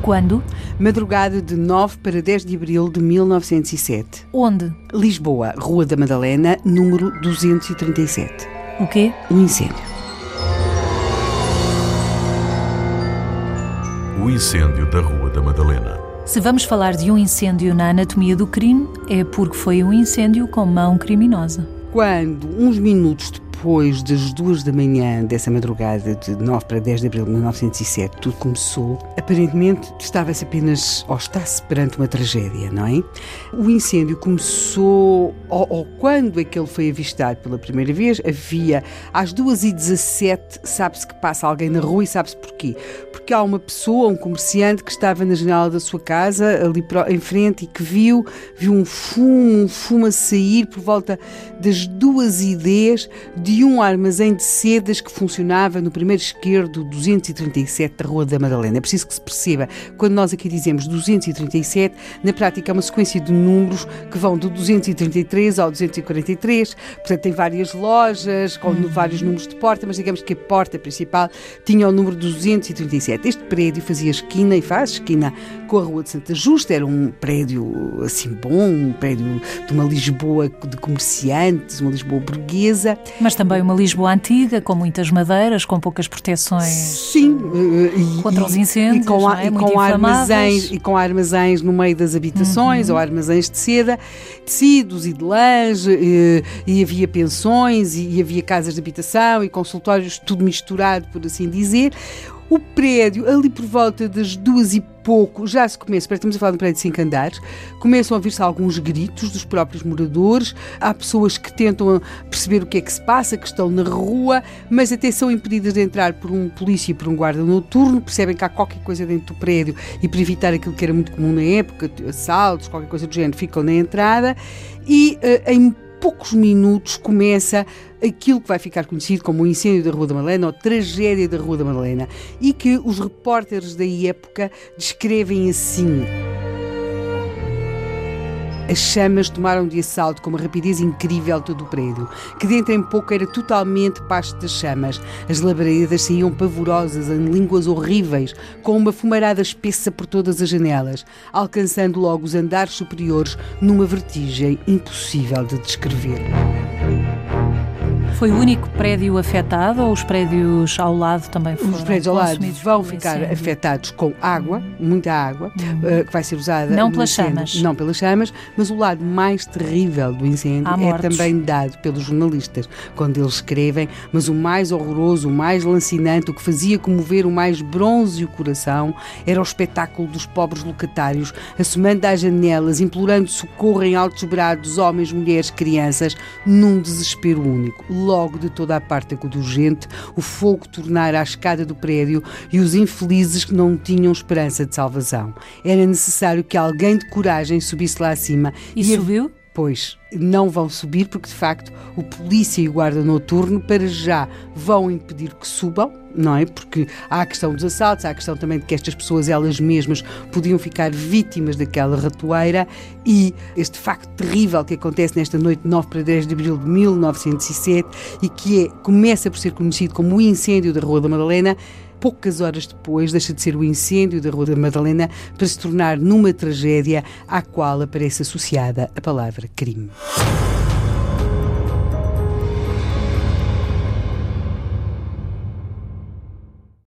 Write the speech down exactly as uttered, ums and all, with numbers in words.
Quando? Madrugada de nove para dez de abril de mil novecentos e sete. Onde? Lisboa, Rua da Madalena, número duzentos e trinta e sete. O quê? Um incêndio. O incêndio da Rua da Madalena. Se vamos falar de um incêndio na anatomia do crime, é porque foi um incêndio com mão criminosa. Quando, uns minutos depois das duas da manhã dessa madrugada de nove para dez de abril de mil novecentos e sete, tudo começou, aparentemente estava-se apenas, ou está-se perante uma tragédia, não é? O incêndio começou, ou, ou quando é que ele foi avistado pela primeira vez, havia, às duas e dezassete, sabe-se que passa alguém na rua e sabe-se porquê. Porque há uma pessoa, um comerciante, que estava na janela da sua casa, ali em frente, e que viu, viu um fumo, um fumo a sair por volta das duas e dez de um armazém de sedas que funcionava no primeiro esquerdo duzentos e trinta e sete da Rua da Madalena. É preciso que se perceba, quando nós aqui dizemos duzentos e trinta e sete, na prática é uma sequência de números que vão do duzentos e trinta e três ao duzentos e quarenta e três, portanto tem várias lojas, com vários números de porta, mas digamos que a porta principal tinha o número duzentos e trinta e sete. Este prédio fazia esquina e faz esquina com a Rua de Santa Justa, era um prédio assim bom, um prédio de uma Lisboa de comerciantes, uma Lisboa burguesa. Mas também uma Lisboa antiga, com muitas madeiras, com poucas proteções. Sim, e, contra os incêndios, e com, não é? e Muito com inflamáveis. armazéns, e com armazéns no meio das habitações, uhum. ou armazéns de seda, tecidos e de lãs, e, e havia pensões, e, e havia casas de habitação e consultórios, tudo misturado, por assim dizer. O prédio, ali por volta das duas e pouco, já se começa, estamos a falar de um prédio de cinco andares, começam a ouvir-se alguns gritos dos próprios moradores, há pessoas que tentam perceber o que é que se passa, que estão na rua, mas até são impedidas de entrar por um polícia e por um guarda noturno, percebem que há qualquer coisa dentro do prédio e para evitar aquilo que era muito comum na época, assaltos, qualquer coisa do género, ficam na entrada e uh, em poucos minutos começa aquilo que vai ficar conhecido como o incêndio da Rua da Madalena ou tragédia da Rua da Madalena e que os repórteres da época descrevem assim. As chamas tomaram de assalto com uma rapidez incrível todo o prédio, que dentro em pouco era totalmente pasto das chamas. As labaredas saíam pavorosas em línguas horríveis, com uma fumarada espessa por todas as janelas, alcançando logo os andares superiores numa vertigem impossível de descrever. Foi o único prédio afetado ou os prédios ao lado também foram? Os prédios ao lado vão ficar incêndio. afetados com água, muita água, uhum. uh, que vai ser usada não no pelas incêndio, chamas. Não pelas chamas, mas o lado mais terrível do incêndio é também dado pelos jornalistas, quando eles escrevem, mas o mais horroroso, o mais lancinante, o que fazia comover o mais bronze o coração, era o espetáculo dos pobres locatários, assomando às janelas, implorando socorro em altos brados, homens, mulheres, crianças, num desespero único. Logo de toda a parte acudiu gente, o fogo tornara a escada do prédio e os infelizes que não tinham esperança de salvação. Era necessário que alguém de coragem subisse lá acima. E, e subiu? A... Pois, não vão subir porque, de facto, o polícia e o guarda noturno, para já, vão impedir que subam, não é? Porque há a questão dos assaltos, há a questão também de que estas pessoas, elas mesmas, podiam ficar vítimas daquela ratoeira e este facto terrível que acontece nesta noite de nove para dez de abril de mil novecentos e sete e que é, começa por ser conhecido como o incêndio da Rua da Madalena, poucas horas depois deixa de ser o incêndio da Rua da Madalena para se tornar numa tragédia à qual aparece associada a palavra crime.